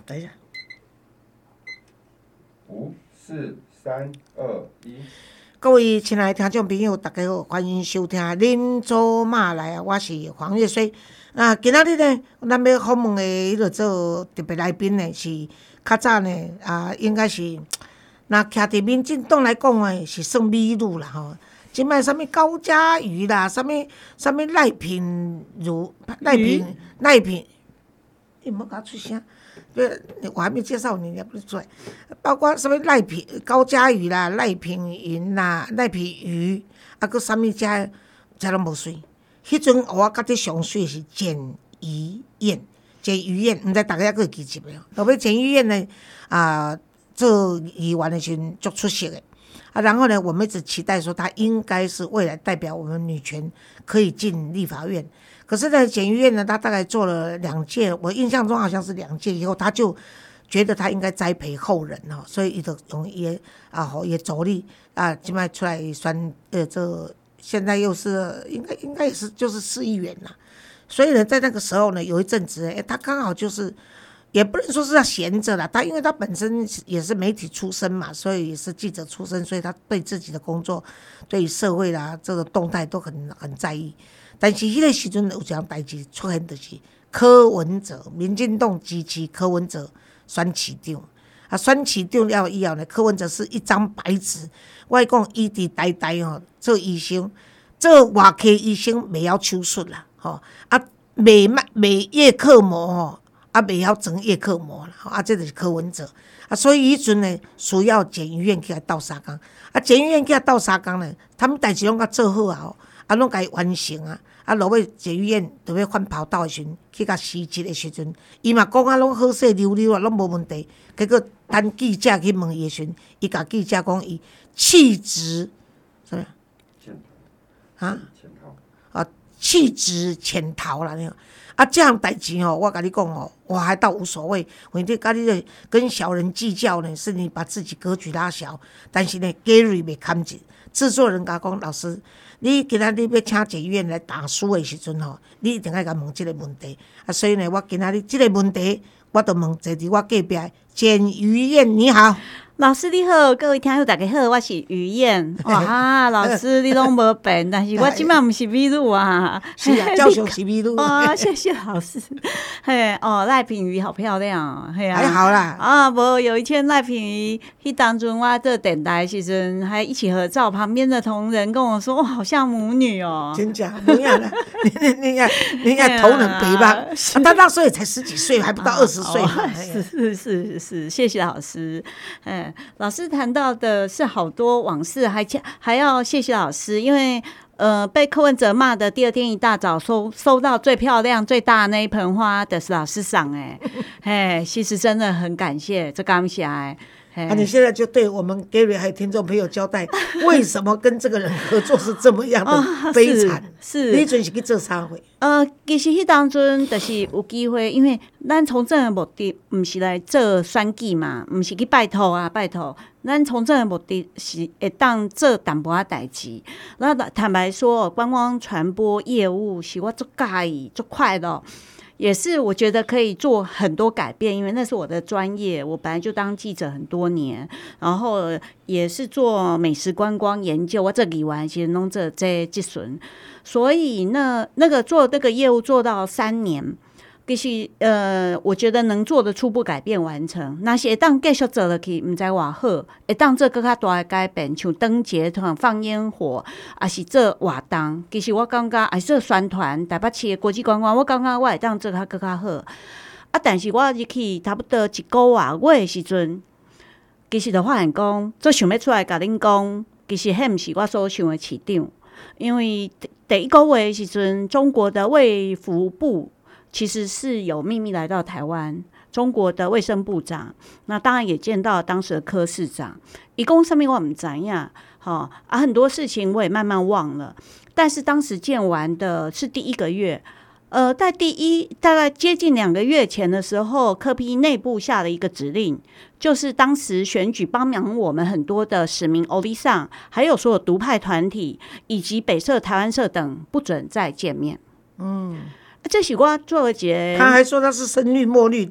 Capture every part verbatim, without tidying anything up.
等一下， 五四三二一。 各位亲爱的听众朋友，大家好，欢迎收听《恁祖妈来》啊，我是黄月水。啊，今仔日呢，咱要访问的迄个做特别来宾呢，是较早呢啊，应该是那徛伫民进党来讲的是算美女啦吼。即摆啥物高嘉瑜啦，啥物啥物赖品如、赖品赖品，你莫甲我出声。我还没介绍你，你还不出来。包括什么赖品、高嘉瑜啦、赖品云啦、赖品瑜，啊，佮啥物遮遮拢无水。迄阵我甲你上水是简于晏，简于晏，毋知大家还佫记得袂？后尾简于晏呢啊，做议员的时阵足出色的。啊，然后呢，我们一直期待说他应该是未来代表我们女权可以进立法院。可是呢，简于晏呢，他大概做了两届，我印象中好像是两届以后，他就觉得他应该栽培后人哦，所以伊就用伊啊吼也走力啊，今麦出来选呃这现在又是应该应该也是就是市议员啦。所以呢，在那个时候呢，有一阵子，哎，他刚好就是。也不能说是他闲着啦，他因为他本身也是媒体出身嘛，所以也是记者出身，所以他对自己的工作、对社会啦这个动态都很很在意。但是迄个时阵有一样代志出现，就是柯文哲，民进党支持柯文哲选市长，啊，选市长了以后呢，柯文哲是一张白纸，我讲伊伫台台吼做医生，做外科医生袂晓手术啦，吼啊，袂袂叶克膜吼。啊，袂晓装叶克膜啦，啊，这就是柯文哲啊，所以迄阵呢，需要检医院去来斗相共，啊，检医院去来斗相共呢，他们代志拢甲做好啊，啊，拢甲伊完成啊，啊，落尾检医院就要换跑道的时阵，去甲施治的时阵，伊嘛讲啊，拢好势溜溜啊，拢无问题。结果等记者去问伊的时阵，伊甲记者讲伊气质什么？啊？啊，气质潜逃啦，那个。啊，这样代志哦，我跟你讲哦，我还倒无所谓。反正跟你跟小人计较呢，是你把自己格局拉小。但是呢 ，Gary 袂看紧。制作人甲讲，老师，你今仔日要请检院来打书的时阵吼，你一定要甲问这个问题。啊，所以呢，我今仔日这个问题，我就问坐伫我隔壁简于晏，你好。 老师你好，各位听众大家好，我是于晏。哇，老师你拢无变，但是我今晚不是美女啊。 是啊，教授是美女。 哦，谢谢老师。嘿，哦，赖品妤好漂亮，嘿啊， 还好啦。 啊，无有一天赖品妤，迄当中我在电台时阵还一起合照，旁边的同仁跟我说，哦，好像母女哦。 真假？不要了，你你你看，你看同仁陪伴，他那时候也才十几岁，还不到二十岁。 是是是是，谢谢老师。嗯。老师谈到的是好多往事，还还要谢谢老师，因为呃被柯文哲骂的第二天一大早收收到最漂亮最大的那一盆花的是老师赏哎，哎，其实真的很感谢，这感谢哎。 啊，你现在就对我们 Gary 还有听众朋友交代，为什么跟这个人合作是这么样的悲惨？哦、 是， 你阵是去做啥会？ 呃，其实迄当阵就是有机会，因为咱从政的目的不是来做选举嘛，不是去拜托啊，拜托。咱从政的目的是会当做淡薄仔代志。那坦白说，观光传播业务是我足介意、足快乐。也是我觉得可以做很多改变，因为那是我的专业，我本来就当记者很多年，然后也是做美食观光研究，我这里玩其实弄这这这损，所以那那个做这个业务做到三年。其实呃，我觉得能做的初步改变完成，那是会当继续做落去，唔知偌好，会当做更较大的改变，像灯节团放烟火，还是做活动。其实我感觉，还是做宣传台北市的国际观光，我感觉我会当做较更较好。啊，但是我入去差不多一个月尾的时阵，其實就發現講，做想要出來甲恁講，其實迄毋是我所想的市長，因為第一個月的時陣，中國的衛福部其實是有秘密來到台灣，中國的衛生部長，那當然也見到當時的柯市長，伊講什麼我唔知影，吼啊，很多事情我也慢慢忘了，但是當時見完的是第一個月。呃，在第一大概接近兩個月前的時候，柯 P 內部下了一個指令，就是當時選舉幫忙我們很多的市民歐里桑，還有所有獨派團體以及北社、台灣社等不准再見面。嗯，這是我做的一個。 他還說他是深綠墨綠的。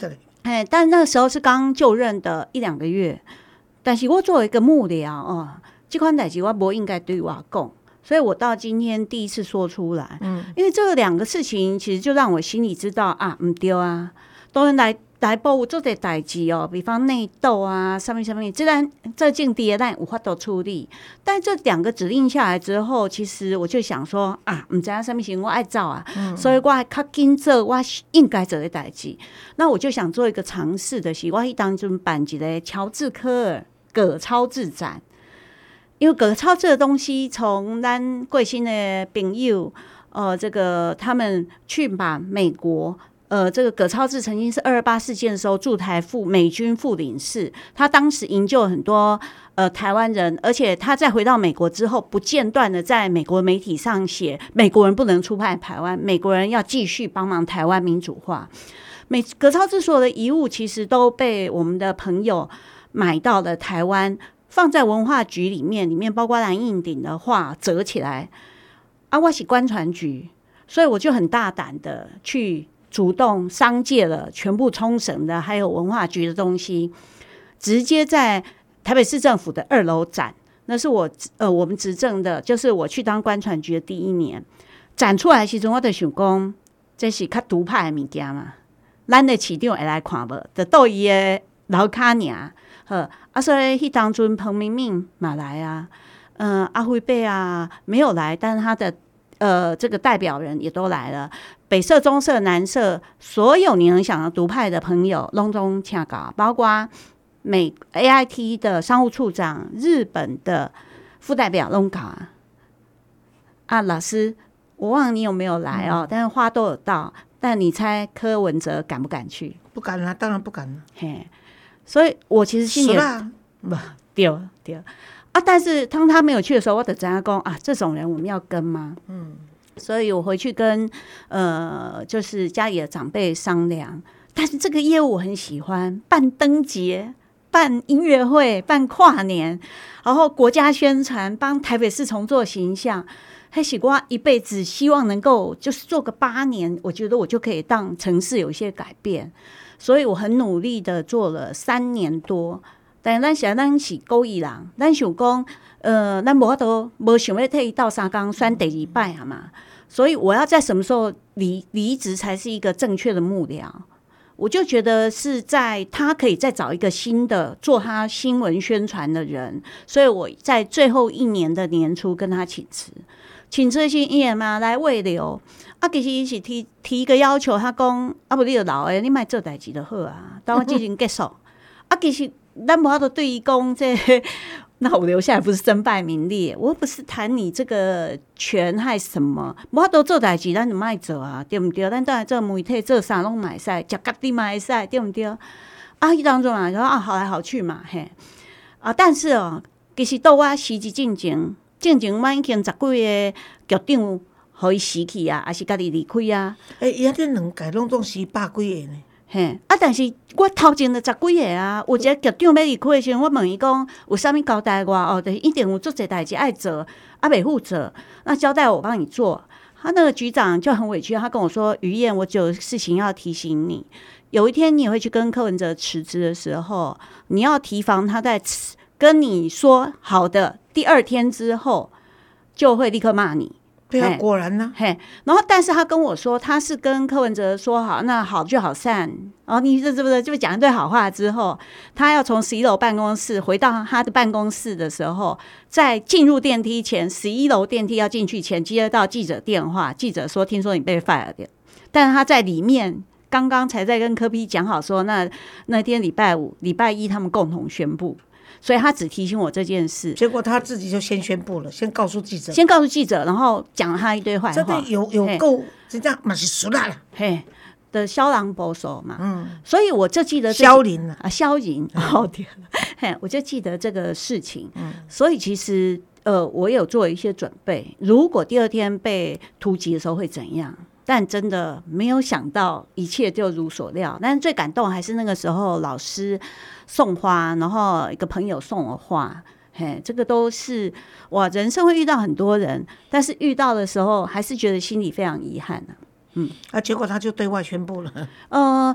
哎，但那时候是刚就任的一两个月，但是我作为一个幕僚哦，这款代志我不应该对我讲，所以我到今天第一次说出来。嗯，因为这两个事情其实就让我心里知道啊，不对啊，当然来来报有做些代志哦，比方内斗啊，什么什么，这咱这境地咱无法度处理。但这两个指令下来之后，其实我就想说啊，唔知影什么事我爱做啊，嗯、所以我还较紧做我应该做的代志。那我就想做一个尝试的是，我去当中办一个乔治科尔葛超制展。因为葛超这个东西，从咱贵新的朋友，呃，这个他们去把美国，呃，这个葛超志曾经是二二八事件的时候驻台副美军副领事，他当时营救很多呃台湾人，而且他在回到美国之后，不间断的在美国媒体上写，美国人不能出卖台湾，美国人要继续帮忙台湾民主化。美葛超志所有的遗物，其实都被我们的朋友买到了台湾。放在文化局里面，里面包括蓝印鼎的画折起来啊，我是观传局，所以我就很大胆的去主动商借了全部冲绳的还有文化局的东西，直接在台北市政府的二楼展。那是我呃我们执政的，就是我去当观传局的第一年展出来的时候，我就想讲，这是较独派的物件嘛，咱的市长会来看无？就到伊的楼骹尔。呵啊，所以迄当阵彭明敏嘛来啊，嗯、呃，阿辉贝啊没有来，但是他的呃这个代表人也都来了，北社、中社、南社，所有你能想的独派的朋友拢总请到，包括美 A I T 的商务处长、日本的副代表拢到啊。老师，我忘了你有没有来哦，嗯、但是花都有到，但你猜柯文哲敢不敢去？ 不敢啦，当然不敢了。 嘿。所以我其实心里不对对啊，但是当他没有去的时候，我就知道说啊，这种人我们要跟吗？嗯，所以我回去跟呃，就是家里的长辈商量。但是这个业务我很喜欢，办灯节、办音乐会、办跨年，然后国家宣传，帮台北市重做形象。还是我一辈子希望能够就是做个八年，我觉得我就可以让城市有一些改变。所以我很努力的做了三年多，但是咱现在咱是故意人，咱想讲，呃，咱无法度无想要替到三工选第二摆啊嘛，所以我要在什么时候离离职才是一个正确的幕僚？我就觉得是在他可以再找一个新的做他新闻宣传的人，所以我在最后一年的年初跟他请辞，请辞是伊会嘛来慰留。啊，其实伊是提提一个要求，他讲啊，不你就老诶，你莫做代志就好啊，等我进行结束。啊，其实咱无法度对伊讲这個，那我留下来不是身败名裂，我不是谈你这个权害什么，无法度做代志，咱就莫做啊，对不对？咱当然做媒体做啥拢买使，食家己嘛会使，对不对？啊，伊当中啊，说啊，好来好去嘛，嘿啊，但是哦，其实到我辞职进前，进前我已经十几个局长。互伊死去啊，还是家己离开啊？ 诶、欸，伊遐啲两届拢总是百几个呢。 嘿，啊，但是我头前就十几个啊，有一个局长要离开的时候，我问伊讲有啥物交代我哦，就是一定有做这代志爱做，啊，袂负责，那交代我帮你做。他那个局长就很委屈，他跟我说：“于燕，我有事情要提醒你，有一天你也会去跟柯文哲辞职的时候，你要提防他在跟你说好的第二天之后，就会立刻骂你。” 对啊，果然呢、啊。 嘿，然后但是他跟我说，他是跟柯文哲说好，那好聚好散。然后你这是不是就讲一堆好话之后，他要从十一楼办公室回到他的办公室的时候，在进入电梯前，十一楼电梯要进去前，接到记者电话，记者说听说你被 fire 掉，但是他在里面刚刚才在跟柯 P 讲好说，那那天礼拜五、礼拜一他们共同宣布。所以他只提醒我这件事， 结果他自己就先宣布了，先告诉记者， 先告诉记者，然后讲他一堆坏话， 真的有有够，真正嘛是熟啦， 嘿的萧郎保守嘛，嗯，所以我就记得萧林啊，萧林，哦天，嘿，我就记得这个事情，嗯，所以其实呃，我有做一些准备，如果第二天被突击的时候会怎样？但真的没有想到一切就如所料，但是最感动还是那个时候老师送花，然后一个朋友送我花，嘿，这个都是哇，人生会遇到很多人，但是遇到的时候还是觉得心里非常遗憾啊。嗯， 啊，结果他就对外宣布了， 呃，对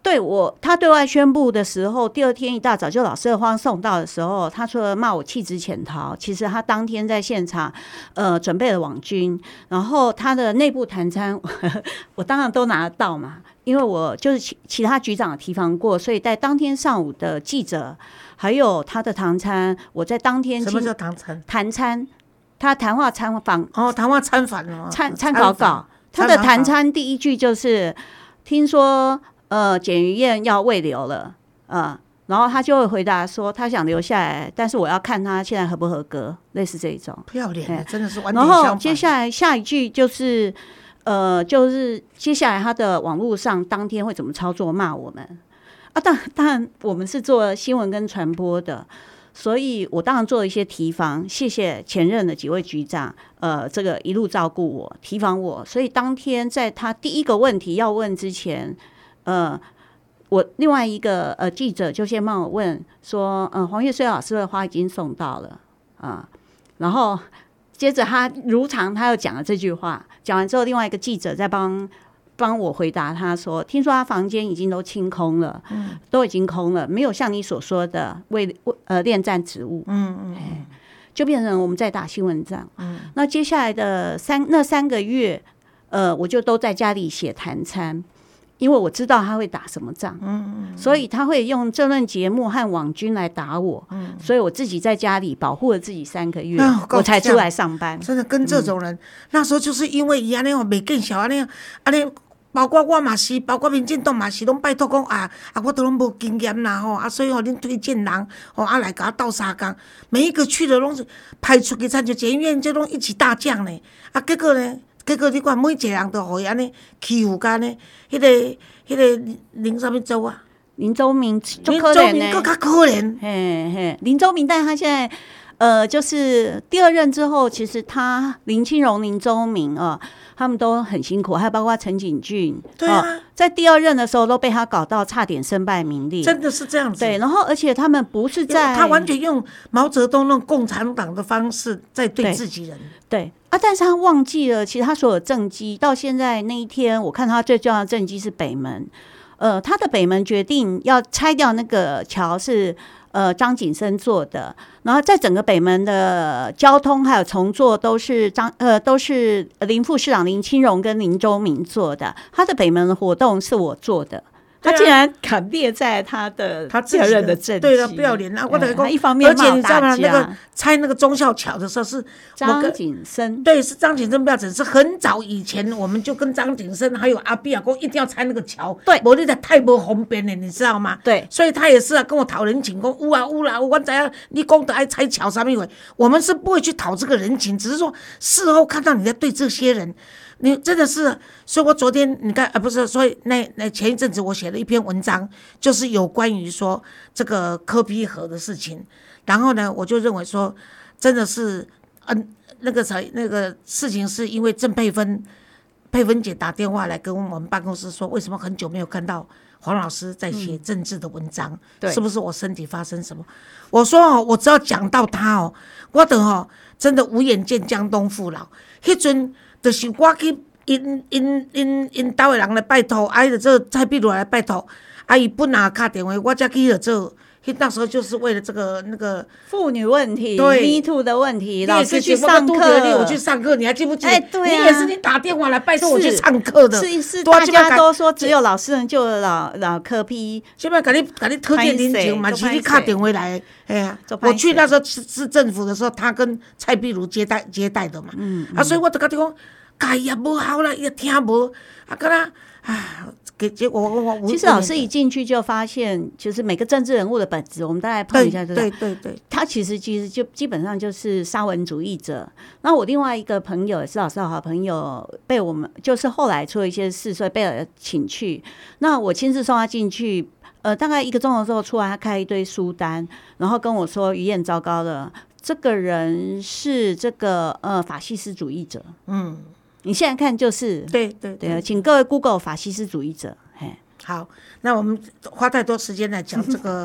对我，他对外宣布的时候，第二天一大早就老社荒送到的时候，他除了骂我弃职潜逃，其实他当天在现场，呃，准备了网军，然后他的内部谈餐，我当然都拿得到嘛，因为我就是其其他局长提防过，所以在当天上午的记者还有他的谈餐，我在当天什么叫谈餐？ 谈餐，他谈话参访哦，谈话参访哦， 参参考稿，他的谈餐第一句就是听说。呃，简于晏要慰留了，呃，然后他就会回答说，他想留下来，但是我要看他现在合不合格，类似这一种。 不要脸的，真的是完全相反。 然后接下来下一句就是，呃，就是接下来他的网络上当天会怎么操作骂我们啊？当当然，我们是做新闻跟传播的。所以我当然做了一些提防，谢谢前任的几位局长，呃，这个一路照顾我，提防我。所以当天在他第一个问题要问之前，呃，我另外一个呃记者就先帮我问说，呃，黄越绥老师的花已经送到了啊、呃，然后接着他如常他又讲了这句话，讲完之后，另外一个记者在帮。帮我回答他说，听说他房间已经都清空了，嗯，都已经空了，没有像你所说的为呃恋战职务， 嗯嗯嗯， 就变成我们在打新闻战。嗯，那接下来的三那三个月，呃，我就都在家里写谈餐，因为我知道他会打什么仗，嗯嗯，所以他会用政论节目和网军来打我，嗯，所以我自己在家里保护了自己三个月，哦、我才出来上班。 真的跟这种人，嗯、那时候就是因为伊安尼哦，袂见小安尼安尼。包括我嘛是，包括民进党嘛是，拢拜托讲啊啊，我都拢无经验啦吼啊，所以吼恁推荐人吼啊来甲我斗相共，每一个去的拢是派出去参就检院就拢一起大将呢，啊结果呢，结果你看每一个人都互伊安尼欺负干呢，迄、那个迄、那个林什么州啊， 林周明， 林周明更加可怜， 嘿嘿，林周明，但他现在。呃，就是第二任之后，其实他林清荣、林周明啊、呃，他们都很辛苦，还有包括陈景峻， 对啊、 呃，在第二任的时候都被他搞到差点身败名裂， 真的是这样子。 对，然后而且他们不是在他完全用毛泽东那种共产党的方式在对自己人， 对，对啊，但是他忘记了，其实他所有政绩到现在那一天，我看他最重要的政绩是北门，呃，他的北门决定要拆掉那个桥是。呃，张景生做的，然后在整个北门的交通还有重做都是张呃都是林副市长林清荣跟林周明做的，他的北门的活动是我做的。他竟然敢列在他的他第二任的政绩， 对了，不要脸啊！我等于一方面而且你知道吗？那个拆那个忠孝桥的时候是张景生， 对，是张景生，不要整，是很早以前我们就跟张景生还有阿碧啊，说一定要拆那个桥， 对， 不然在太不方便了，你知道吗？ 对， 所以他也是啊，跟我讨人情，讲有啊有啦，我知啊，你讲的爱拆桥啥物回，我们是不会去讨这个人情，只是说事后看到你在对这些人。你真的是，所以我昨天你看啊，不是，所以那那前一阵子我写了一篇文章，就是有关于说这个柯 P 核的事情。然后呢，我就认为说，真的是，嗯，那个才那个事情是因为郑佩芬佩芬姐打电话来跟我们办公室说，为什么很久没有看到黄老师在写政治的文章？嗯、是不是我身体发生什么？我说哦，我只要讲到他哦，我等哦，真的无眼见江东父老，迄阵。就是我去因因因因兜的人来拜托，啊，就做蔡壁如来拜托，啊，伊本来打电话，我才去做。那时候就是为了这个那个妇女问题， 对 ，Me Too 的问题，老师去上课， 我去上课，你还记不记得？ 哎，对啊， 你也是你打电话来拜托我去上课的， 是是，大家都说只有老师能救老老柯 P， 现在给你给你推荐人情嘛，是你打电话来，哎呀，我去那时候市政府的时候，他跟蔡壁如接待接待的嘛，嗯，啊，所以我就跟他讲，哎呀，不好了，也听无，啊，跟他啊。结果我其实老师一进去就发现，就是每个政治人物的本质，我们大概碰一下就知道。 对对对， 他其实其实就基本上就是沙文主义者。那我另外一个朋友也是老师的好朋友，被我们就是后来出了一些事，所以被我请去。那我亲自送他进去，呃，大概一个钟头之后出来，他开一堆书单，然后跟我说：“于燕，糟糕了，这个人是这个呃法西斯主义者。”嗯。你现在看就是对对 对, 对，请各位 Google 法西斯主义者。嘿， 好，那我们花太多时间来讲这个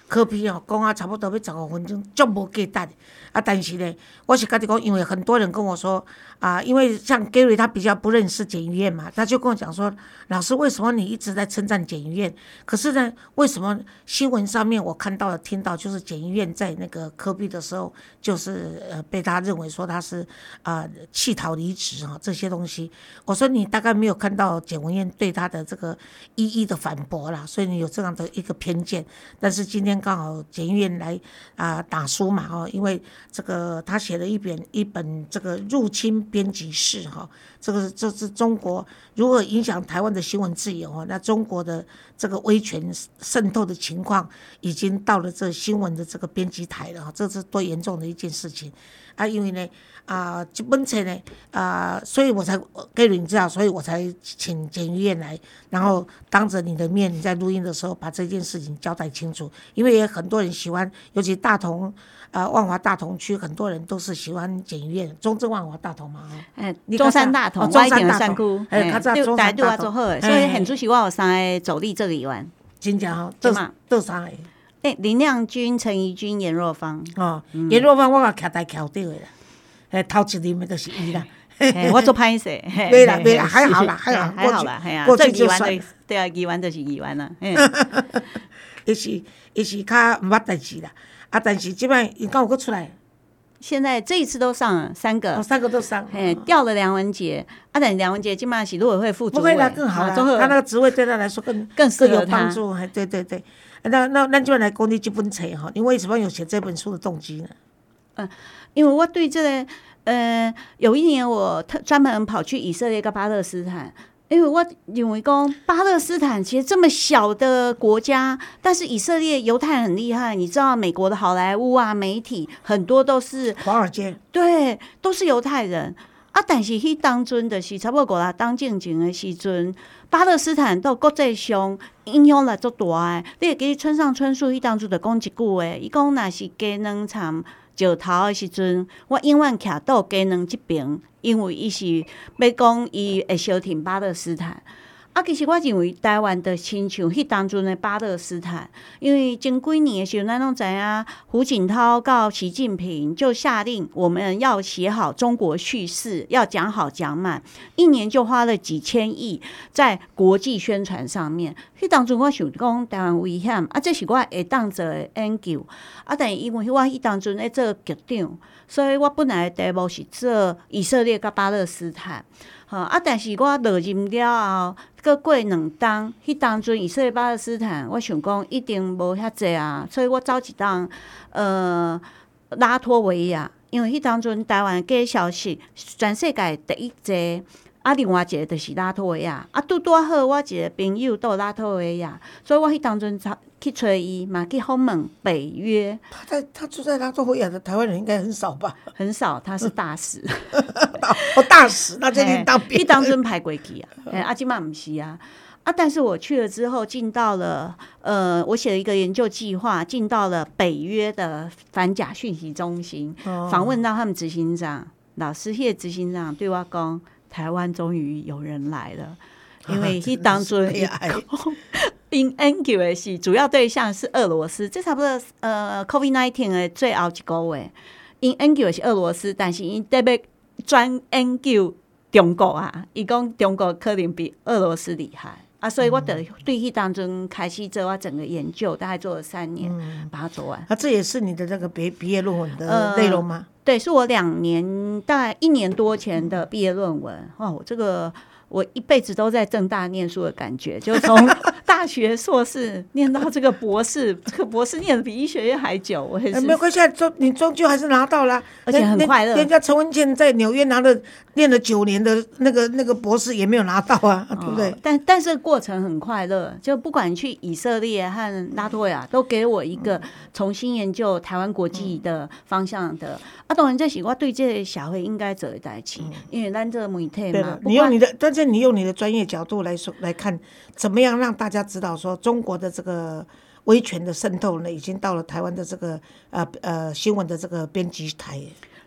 科比哦，讲啊差不多要十五分钟，足无价值的。啊，但是呢，我是家己讲，因为很多人跟我说啊，因为像 Gary 他比较不认识检医院嘛，他就跟我讲说，老师为什么你一直在称赞检医院？可是呢，为什么新闻上面我看到了、听到，就是检医院在那个科比的时候，就是呃被他认为说他是啊、呃、弃逃离职啊这些东西。我说你大概没有看到检文院对他的这个一一的反驳啦，所以你有这样的一个偏见。但是今天刚好检医院来啊、呃、打书嘛哦，因为这个他写了一本一本这个入侵编辑室哈，这个这是中国如何影响台湾的新闻自由哦，那中国的这个威权渗透的情况已经到了这新闻的这个编辑台了，这是多严重的一件事情啊！因为呢啊、呃，这本册呢啊、呃，所以我才给你知道，所以我才请检医院来，然后当着你的面，你在录音的时候把这件事情交代清楚，因为也很多人喜欢，尤其大同。呃，万华大同区很多人都是喜欢检医院，中正万华大同嘛， 哎，中山大同， 哦、中山大山同，哎，较早中山大同， 所以很主席我有三个走力这个议员， 真正吼，都都三个。 哎，林亮君、陈怡君、颜若芳。 哦，颜若芳我也徛台徛对的啦，哎，头一任的就是伊啦。 我做歹势， 没啦没啦，还好啦，还好， 还好啦，系啊， 过去就算。 对啊，议员就是议员啦。 伊是伊是较毋捌代志啦。啊！但是即摆伊敢有搁出来？ 现在这一次都上了三个， 哦、三个都上， 哎，调了梁文杰。啊，但梁文杰今麦是陆委会副主委， 不会啦，更好啦。他那个职位对他来说更更更有帮助。哎，对对对。那那那就来讲你这本册哈，你为什么有写这本书的动机呢？ 嗯，因为我对这个，呃，有一年我特专门跑去以色列跟巴勒斯坦。因为我认为讲巴勒斯坦其实这么小的国家，但是以色列犹太人很厉害，你知道美国的好莱坞啊，媒体很多都是华尔街， 对，都是犹太人啊。但是迄当阵就是差不多五六当正经的时阵，巴勒斯坦到国际上影响力足大诶。你会记村上春树迄当阵就讲一句话，伊讲若是鸡卵掺石头的时阵，我永远徛到鸡卵这边。因为伊是要讲伊会相挺巴勒斯坦，啊，其实我认为台湾的亲像迄当阵的巴勒斯坦，因为前几年的时候，咱拢知影胡锦涛告习近平就下令我们要写好中国叙事，要讲好讲满，一年就花了几千亿在国际宣传上面。迄当阵我想讲台湾危险，啊，这是我会当做的研究，啊，但是因为我迄当阵咧做局长。所以我本来的题目是做以色列甲巴勒斯坦，吼啊！但是我落任了后，搁过两当，迄当阵以色列巴勒斯坦，我想讲一定无遐济啊，所以我走一当呃拉脱维亚，因为迄当阵台湾假消息，全世界第一个。啊，另外一个就是拉脱维亚，啊，拄拄好，我一个朋友都拉脱维亚，所以我迄当阵去找伊嘛，去访问北约。 他在他住在拉脱维亚的台湾人应该很少吧？ 很少，他是大使。 哦，大使，那这里当兵。 伊当阵派过去啊，哎，啊，今嘛不是啊。啊，但是我去了之后，进到了呃，我写了一个研究计划，进到了北约的反假讯息中心， 哦、 访问到他们执行长，老师迄个执行长对我讲。台湾终于有人来了，因为迄当阵因研究的是主要对象是俄罗斯，这差不多呃 COVID 十九 的最后一个月，因研究的是俄罗斯，但是因特别专研究中国啊，伊讲中国可能比俄罗斯厉害啊，所以我得对迄当中开始做我整个研究，大概做了三年，嗯、把它做完。 啊，这也是你的那个毕毕业论文的内容吗？呃对，是我两年大概一年多前的毕业论文。哦，我这个我一辈子都在政大念书的感觉，就从大学硕士念到这个博士，这个博士念的比医学院还久。我也是、 欸、没有关系，终你终究还是拿到了， 而且很快乐。 人家陈文茜在纽约拿了念了九年的那个那个博士，也没有拿到啊，哦、对不对？ 但但是过程很快乐，就不管去以色列和拉脱维亚，都给我一个重新研究台湾国际的方向的。啊，当然这是我对这个社会应该做的代志，嗯、因为咱这个媒体嘛， 你用你的，但是你用你的专业角度来说来看，怎么样让大家知道说中国的这个威权的渗透呢，已经到了台湾的这个呃呃新闻的这个编辑台。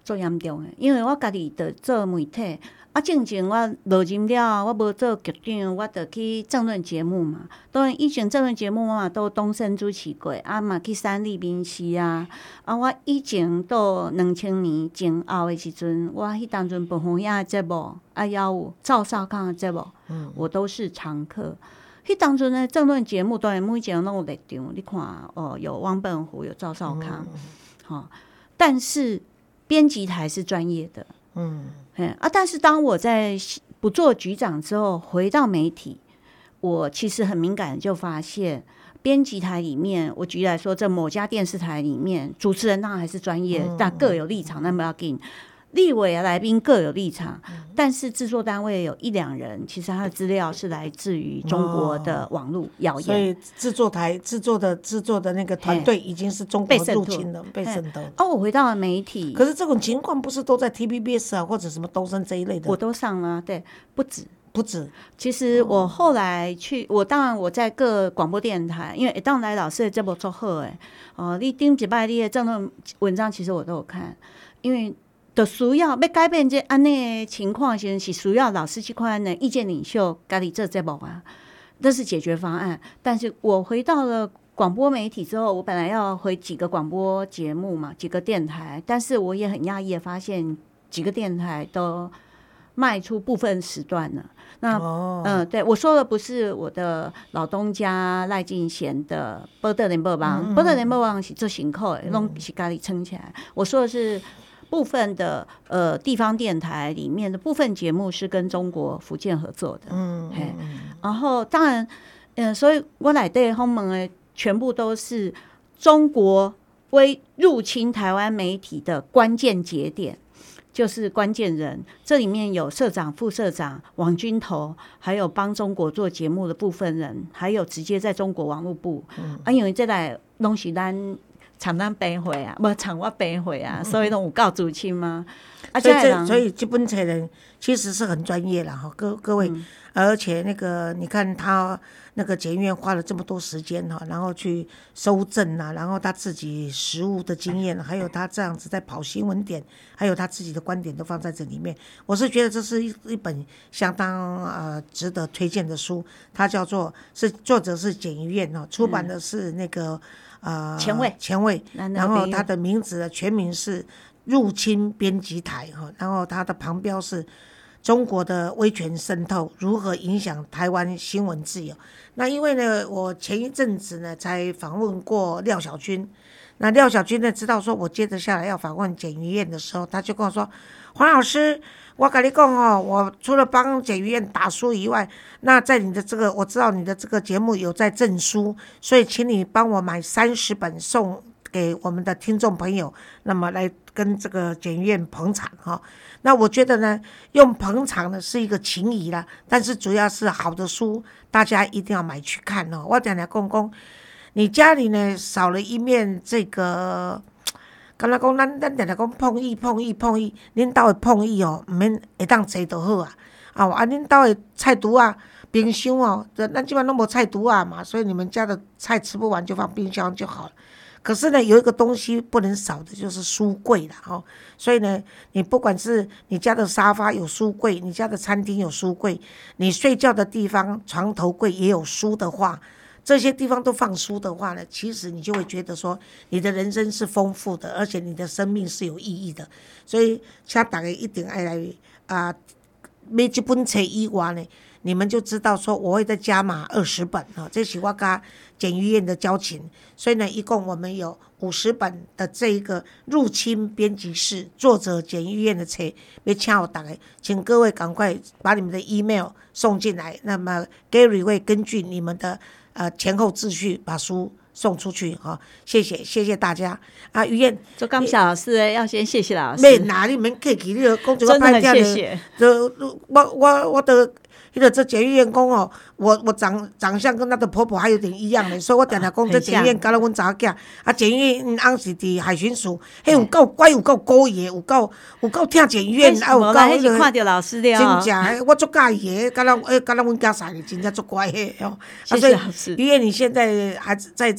足严重诶，因为我家己伫做媒体。啊，正经我落任了，我无做局长，我着去政论节目嘛。当然以前政论节目我嘛都东升主持过，啊嘛去三立民视啊。啊，我以前到两千年前后诶时阵，我迄当阵本红亚节目，啊，也有赵少康诶节目，嗯，我都是常客。迄当阵呢，政论节目当然每一个拢有立场，你看哦，有汪笨湖，有赵少康，好、嗯哦，但是编辑台是专业的。嗯，啊，但是当我在不做局长之后，回到媒体，我其实很敏感，就发现编辑台里面，我举例来说，这某家电视台里面，主持人当然还是专业，但各有立场，那么要给立委啊来宾各有立场，但是制作单位有一两人，其实他的资料是来自于中国的网络谣言， 所以制作台制作的制作的那个团队已经是中国入侵了，被渗透。 哦，我回到了媒体， 可是这种情况不是都在 T V B S 啊，或者什么东森这一类的， 我都上了，对，不止。 不止， 其实我后来去，我当然我在各广播电台，因为一当来老师的节目做好诶，哦，你顶一摆你的政论文章，其实我都有看，因为就需要要改变这安内情况，其实是需要老师去看的意见领袖家己做节目啊，这是解决方案。但是我回到了广播媒体之后，我本来要回几个广播节目嘛，几个电台，但是我也很讶异的发现，几个电台都卖出部分时段了。那嗯、哦呃，对我说的不是我的老东家赖敬贤的《报道联播网》，《报道联播网》是做辛苦的，拢是家己撑起来。我说的是部分的呃地方电台里面的部分节目是跟中国福建合作的，嗯，嘿，然后当然，嗯、呃，所以我来对访问的全部都是中国为入侵台湾媒体的关键节点。就是关键人，这里面有社长、副社长、网军头，还有帮中国做节目的部分人，还有直接在中国网络部。嗯、啊，因为这来拢是咱厂咱背回啊，不厂我背回啊，所以拢有告主亲吗？啊， 所以这所以这本册人其实是很专业啦哈，各各位、嗯，而且那个你看他那个检院花了这么多时间哈，然后去搜证啊，然后他自己实务的经验，还有他这样子在跑新闻点，还有他自己的观点都放在这里面。我是觉得这是一一本相当呃值得推荐的书，它叫做是作者是检于院哈，出版的是那个、嗯、呃前卫前卫，然后他的名字的全名是入侵编辑台哈，然后它的旁标是中国的威权渗透如何影响台湾新闻自由。那因为呢，我前一阵子呢才访问过廖小军，那廖小军呢知道说我接着下来要访问检于院的时候，他就跟我说，黄老师，我跟你讲哦，我除了帮检于院打书以外，那在你的这个我知道你的这个节目有在赠书，所以请你帮我买三十本送给我们的听众朋友，那么来跟这个检于院捧场哈。那我觉得呢，用捧场呢是一个情谊啦，但是主要是好的书，大家一定要买去看哦。我讲来讲讲，你家里呢少了一面这个，刚才讲咱咱常常讲碰意碰意碰意，恁兜的碰意哦，唔免会当坐就好啊。啊，啊恁兜的菜毒啊，冰箱哦，咱基本上都无菜毒啊嘛，所以你们家的菜吃不完就放冰箱就好了。可是呢，有一个东西不能少的就是书柜啦，哦，所以呢，你不管是你家的沙发有书柜，你家的餐厅有书柜，你睡觉的地方床头柜也有书的话，这些地方都放书的话呢，其实你就会觉得说，你的人生是丰富的，而且你的生命是有意义的。所以，请大家一定要来啊，买这本册以外呢，你们就知道说我会再加码二十本啊，这是我跟检于院的交情。所以呢，一共我们有五十本的这一个入侵编辑室作者检于院的册，要请我大家，请各位赶快把你们的 email 送进来，那么 Gary 会根据你们的呃前后秩序把书送出去哈、哦。谢谢谢谢大家啊，于燕， 做感谢老师，要先谢谢老师。 没哪里免客气，你就讲这个拍掉的，就我我我的。迄个这检于院讲哦，我我长长相跟她的婆婆还有点一样嘞，所以我常常讲这检于院搞到阮查某囝，啊检于院因翁是伫海巡署，迄有够乖，有够故意，有够有够听检于院，啊有够迄个看到老师了， 真正我足介意的，敢若诶敢若阮家婿真正足乖的哦。 谢谢老师。 因为你现在还在这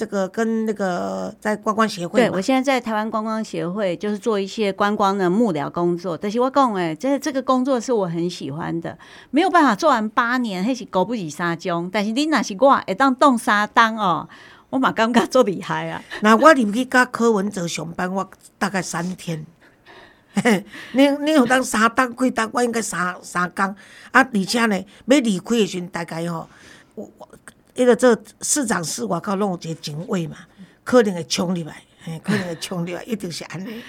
个跟那个在观光协会。 对，我现在在台湾观光协会，就是做一些观光的幕僚工作。但是我讲哎，这这个工作是我很喜欢的，没有办法做完八年，那是狗不理三种。但是你若是我会当动三档哦，我嘛感觉做厉害啊。 那我入去甲柯文哲上班，我大概三天。你你有当三档几档，我应该三三工啊，而且呢，要离开的时阵，大概吼，我迄个做市长室外口拢有一个警卫嘛，可能会冲入来，嘿，可能会冲入来，一定是安尼。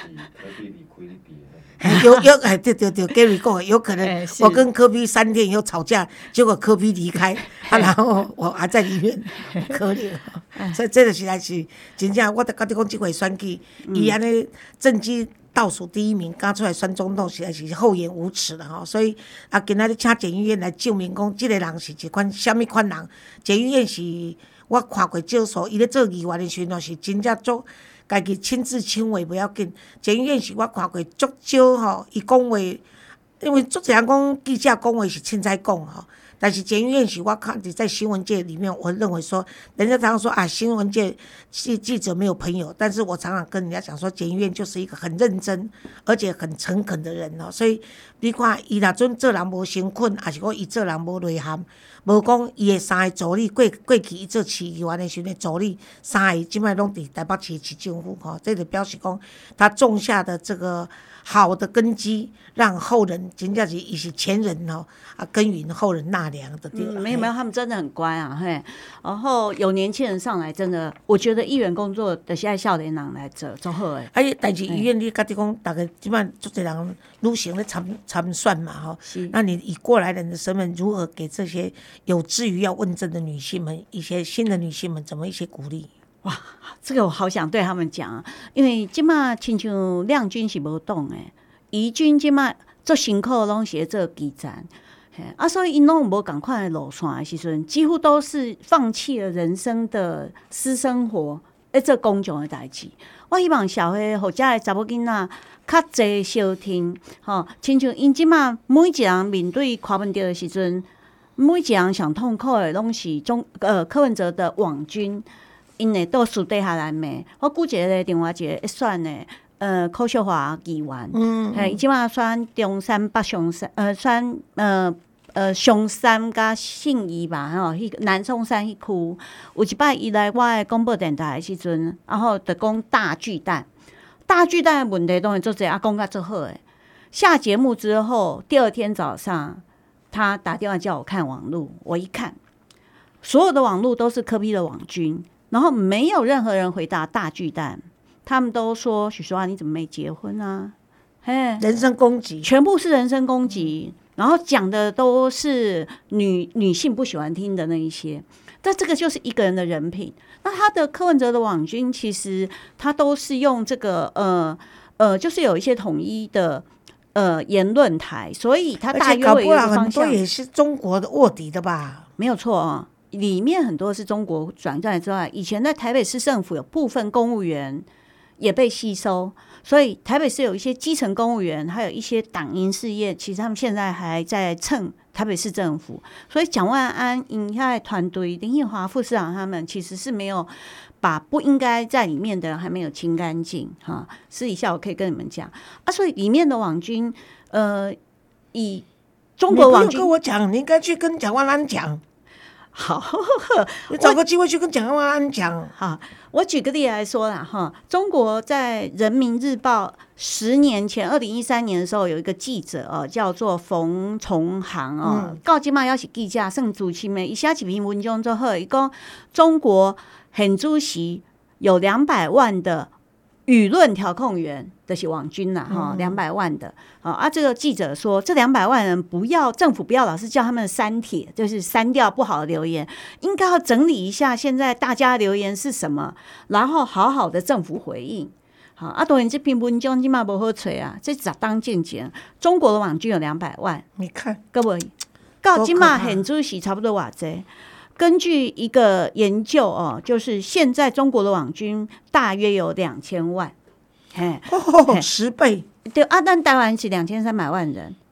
有有哎，对对对 ，Gary 讲的，有可能我跟柯 P 三天以后吵架，结果柯 P 离开，啊，然后我还在里面，可怜。所以这个实在是真正，我得甲你讲，这回选举，伊安尼政绩倒数第一名，刚出来选总统，实在是厚颜无耻了吼。所以啊，今仔日请检察院来证明讲，这个人是一款什么款人？检察院是我看过少数，伊咧做议员的时阵是真正做。家己亲自亲为不要紧，检察院是我看过足少吼，伊讲话，因为足侪人讲记者讲话是凊彩讲吼，但是检察院是我看在新闻界里面，我认为说，人家常常说啊，新闻界记记者没有朋友，但是我常常跟人家讲说，检察院就是一个很认真而且很诚恳的人哦，所以你看伊若准做人无诚恳，还是讲伊做人无内涵。无讲伊的三个助理，过过去伊做市议员的时阵，助理三个即摆拢伫台北市市政府吼，这就表示讲他种下的这个好的根基，让后人真正是伊是前人吼啊耕耘后人纳粮的对、 嗯。没有没有，他们真的很乖啊嘿。然后有年轻人上来，真的，我觉得议员工作的是爱少年人来做做好诶。 哎，但是医院你家己讲，大概即摆足侪人女性咧参参选嘛吼，那你以过来人的身份，如何给这些有志于要问政的女性们，一些新的女性们，怎么一些鼓励？ 哇，这个我好想对他们讲啊，因为即马亲像亮君是无懂诶，怡君即马做辛苦拢是做基层，啊，所以因拢无共款的路线的时阵，几乎都是放弃了人生的私生活，来做公众的代志。我希望社会或者的查某囡仔较侪收听，吼，亲像因即马每一个人面对柯文哲的时阵。每一个人上痛苦的拢是中呃柯文哲的网军，因会倒私底下来骂。我举一个另外一个选的呃柯秀华议员，嗯，嘿，伊即马选中山北上山，呃选呃呃上山甲信义吧，吼，迄南松山迄区，有一摆伊来我的广播电台的时阵，然后就讲大巨蛋，大巨蛋的问题当然做侪啊，讲甲做好诶。下节目之后，第二天早上。他打电话叫我看网路，我一看，所有的网路都是柯 P 的网军，然后没有任何人回答大巨蛋，他们都说许淑华你怎么没结婚啊？嘿， 人身攻击， 全部是人身攻击，然后讲的都是女女性不喜欢听的那一些，但这个就是一个人的人品。那他的柯文哲的网军，其实他都是用这个呃呃，就是有一些统一的。呃，言论台，所以他大约有一个方向。 很多也是中国的卧底的吧？ 没有错啊，里面很多是中国转进来之外，以前在台北市政府有部分公务员也被吸收，所以台北市有一些基层公务员，还有一些党营事业，其实他们现在还在蹭台北市政府。所以蒋万安、尹下团队、林奕华副市长他们其实是没有。把不应该在里面的人还没有清干净哈，私底下我可以跟你们讲啊，所以里面的网军，呃，以中国网军， 你不用跟我讲，你应该去跟蒋万安讲。 好， 你找个机会去跟蒋万安讲。 好，我举个例来说啦哈，中国在《人民日报》十年前，二零一三年的时候，有一个记者哦，叫做冯崇航哦，到今嘛要是记者，算主持的，伊写一篇文章之后，伊讲中国。很主席有两百万的舆论调控员，就是网军啦，哈，两百万的。好啊，这个记者说，这两百万人不要政府不要老是叫他们删帖，就是删掉不好的留言，应该要整理一下现在大家留言是什么，然后好好的政府回应。好啊，当然这篇文章今嘛不好吹啊，这咋当见解？中国的网军有两百万， 你看， 各位，到今嘛很主席差不多偌济。根据一个研究哦，就是现在中国的网军大约有两千万，嘿， 哦，十倍。 对啊，但台湾是两千三百万人，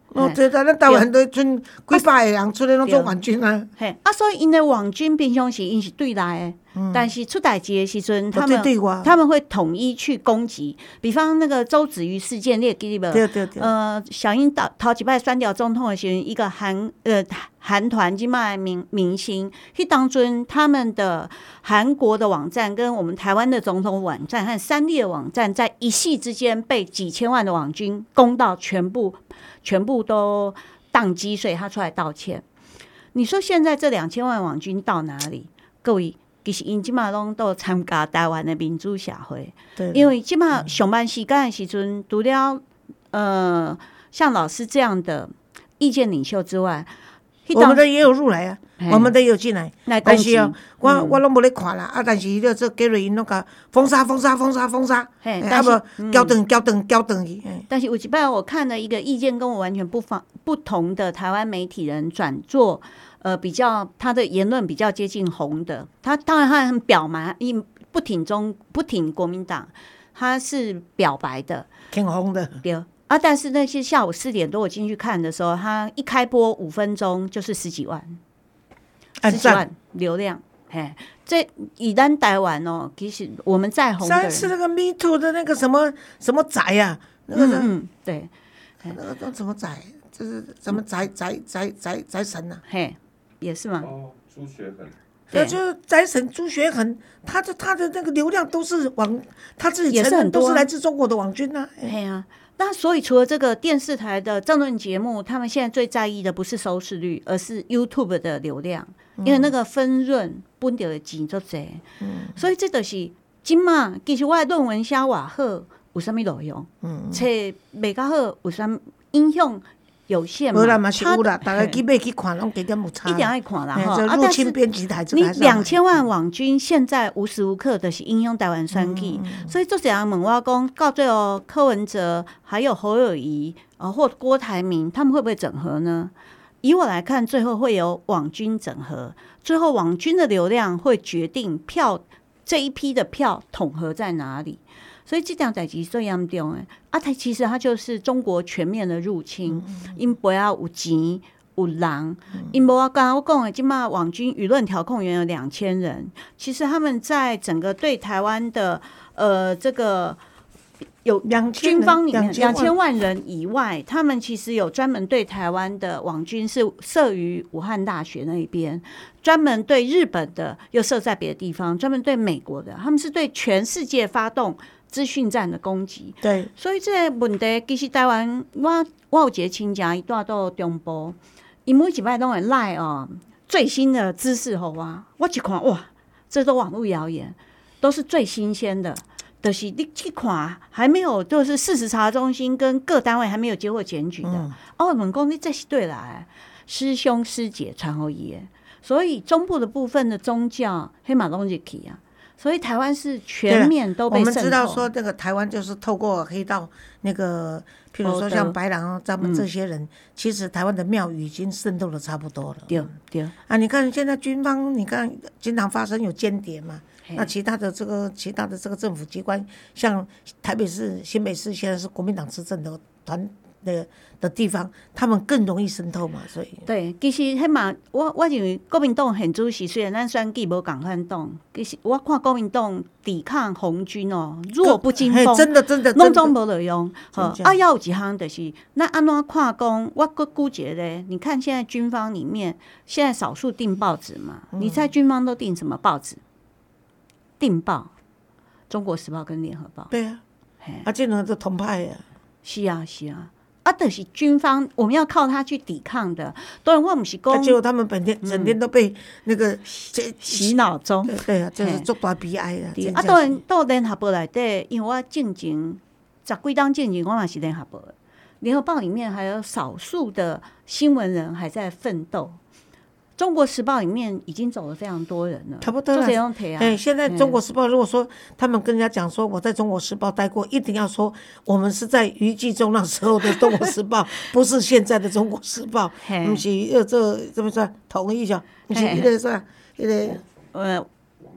哦，对的，咱台湾都剩几百个人出来拢做网军啊。 嘿，啊，所以因的网军平常时因是对来的，嗯、但是出代志的时阵，他们他们会统一去攻击。比方那个周子瑜事件，你也记得？ 对对对。 呃，小英头头一摆选掉总统的时候，一个韩呃韩团即卖明明星，去当中他们的韩国的网站跟我们台湾的总统网站和三立的网站，在一夕之间被几千万的网军攻到全部。全部都宕机，所以他出来道歉。你说现在这两千万网军到哪里？各位，其实因今嘛拢都参加台湾的民主社会，因为今嘛上班时间的时阵，除了呃像老师这样的意见领袖之外， 我们的也有入来啊，我们的也有进来，但是哦，我、嗯、我拢无咧看啦啊！但是迄个做给瑞因拢甲封杀、封杀、封杀、封杀，啊无交等、交等、交等去。 但是有一摆我看了一个意见跟我完全不方不同的台湾媒体人转做，呃，比较他的言论比较接近红的，他当然他很表蛮，因不挺中不挺国民党，他是表白的， 挺红的， 对。啊！但是那些下午四点多我进去看的时候，他一开播五分钟就是十几万，十几万流量。哎，这以咱台湾哦，其实我们再红的人， 上次那个 Me Too 的那个什么什么仔啊，那个嗯嗯对， 那个叫什么仔，就是什么仔仔仔仔仔神啊， 嘿，也是吗？ 哦，朱学恒。 对，就是仔神朱学恒，他的他的那个流量都是网，他自己承认都是来自中国的网军啊。 哎呀、啊，那所以除了这个电视台的政论节目，他们现在最在意的不是收视率，而是 YouTube 的流量，嗯、因为那个分润分到的钱足多。嗯，所以这就是今嘛，其实我的论文写偌好，有啥物路用？嗯，册袂较好，有啥影响？有限嘛， 无啦嘛是有啦，大家去买去看，拢加点有差。 一定要看啦哈！ 啊，入侵编辑台， 你两千万网军现在无时无刻的是应用台湾选举，嗯、所以做这样问我讲，到最后柯文哲还有侯友宜呃或郭台铭，他们会不会整合呢？以我来看，最后会有网军整合，最后网军的流量会决定票这一批的票统合在哪里。所以这件代志最严重的啊，它其实它就是中国全面的入侵，因背后有钱有人，因无我刚刚我讲的，今嘛网军舆论调控员有两千人，其实他们在整个对台湾的呃这个有军方里面两千万人以外，他们其实有专门对台湾的网军是设于武汉大学那边，专门对日本的又设在别的地方，专门对美国的，他们是对全世界发动资讯战的攻击。 对， 所以这个问题其实台湾，我我有一个亲戚伊住到中部，伊每一摆拢会赖哦最新的知识好啊，我一看哇，这都网络谣言，都是最新鲜的。就是你去看，还没有，就是事实查中心跟各单位还没有接获检举的。嗯、啊，我问讲你这是对啦，师兄师姐传给伊的，所以中部的部分的宗教黑马拢入去啊。所以台湾是全面都被渗透。 我们知道说，这个台湾就是透过黑道那个，譬如说像白狼他们这些人，嗯、其实台湾的庙宇已经渗透的差不多了。 对对啊，你看现在军方，你看经常发生有间谍嘛，那其他的这个其他的这个政府机关，像台北市、新北市现在是国民党执政的团的的地方，他们更容易渗透嘛，所以对，其实迄嘛，我我认为国民党现主席虽然咱选举无共款党，其实我看国民党抵抗红军哦，弱不禁风， 真的真的， 拢总无路用。好，啊，要有一项就是，那安怎看讲？我个估计咧，你看现在军方里面，现在少数订报纸嘛，嗯、你在军方都订什么报纸？订报，《中国时报》跟《联合报》。 对啊，啊，这两个都同派呀。 是啊，是啊。啊，就是军方，我们要靠他去抵抗的。当然，我不是讲， 结果他们本天整天都被那个洗脑中。 对对啊，就是做大悲哀啊。 啊，当然到联合报内底，因为我进前十几当进前，我嘛是联合报的。联合报里面还有少数的新闻人还在奋斗。中国时报里面已经走了非常多人了， 差不多了。哎，现在中国时报如果说他们跟人家讲说我在中国时报待过，一定要说我们是在余纪中那时候的中国时报，不是现在的中国时报，不是要这怎么说同意一下，不是那个啥，那个呃，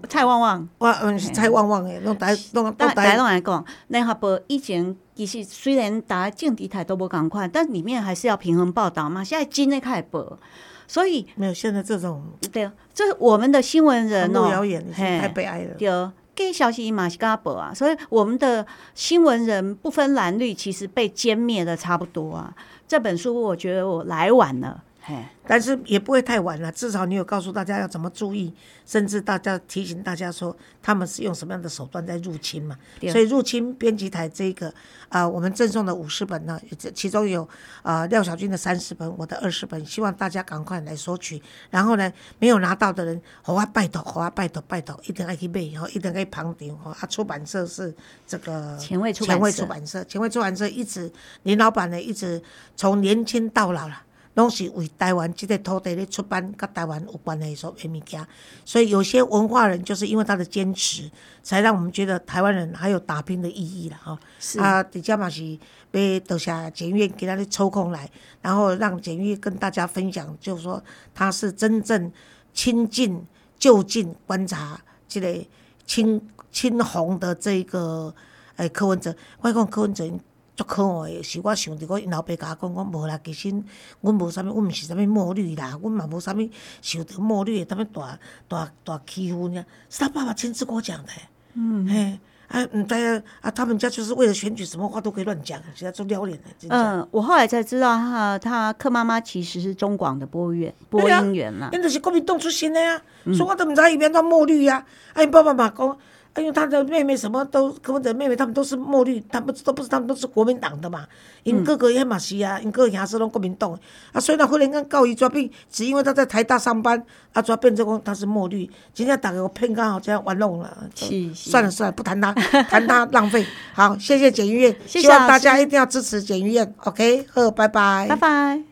蔡旺旺， 我嗯是蔡旺旺诶，拢台拢拢台台拢来讲，联合报以前其实虽然大家政治台都无共款，但里面还是要平衡报道嘛。现在真的开始报，所以没有现在这种对，这是我们的新闻人哦， 谣言太悲哀了。 对，假消息嘛是跟他报啊，所以我们的新闻人不分蓝绿，其实被歼灭的差不多啊。这本书我觉得我来晚了。 但是也不会太晚了，至少你有告诉大家要怎么注意，甚至大家提醒大家说他们是用什么样的手段在入侵嘛。所以入侵编辑台这个啊、呃，我们赠送的五十本呢，其中有啊、呃、廖小军的三十本，我的二十本，希望大家赶快来索取。然后呢，没有拿到的人，好啊拜托，好啊拜托拜托，一定要去买，然后一定要旁听哦。啊，出版社是这个前卫出版社， 前卫出版社，前卫出版社一直林老板呢一直从年轻到老了。拢是为台湾这个土地咧出版，跟台湾有关的所有物件，所以有些文化人就是因为他的坚持，才让我们觉得台湾人还有打拼的意义了哈。啊，底下嘛是要多谢检阅给他抽空来，然后让检阅跟大家分享，就是说他是真正亲近、就近观察这个青青红的这个诶柯文哲，我讲柯文哲。足可爱的是，我想着我因老爸甲我讲，我无啦，其实阮无啥物，阮毋是啥物墨绿啦，阮嘛无啥物受到墨绿的啥物大大大欺负呢，是他爸爸亲自跟我讲的。嗯，嘿，啊，唔知啊，啊，他们家就是为了选举，什么话都可以乱讲，现在做撩脸的。 嗯，我后来才知道他，他柯妈妈其实是中广的播员、播音员啦， 因就是国民党出身的啊，嗯、所以我都唔知伊变做墨绿啊，啊，因爸爸嘛讲。因为他的妹妹什么都，柯文哲妹妹他们都是墨绿，他们都不是，他们都是国民党的嘛。因哥哥也嘛是啊，因哥哥也是拢国民党啊。所以呢，忽然间告伊抓病，只因为他在台大上班，啊，抓变成讲他是墨绿，今天打给我骗刚好这样玩弄了。算了算了，不谈他，谈他浪费。好，谢谢检阅院，希望大家一定要支持检阅院。OK， 好，拜拜， 拜拜。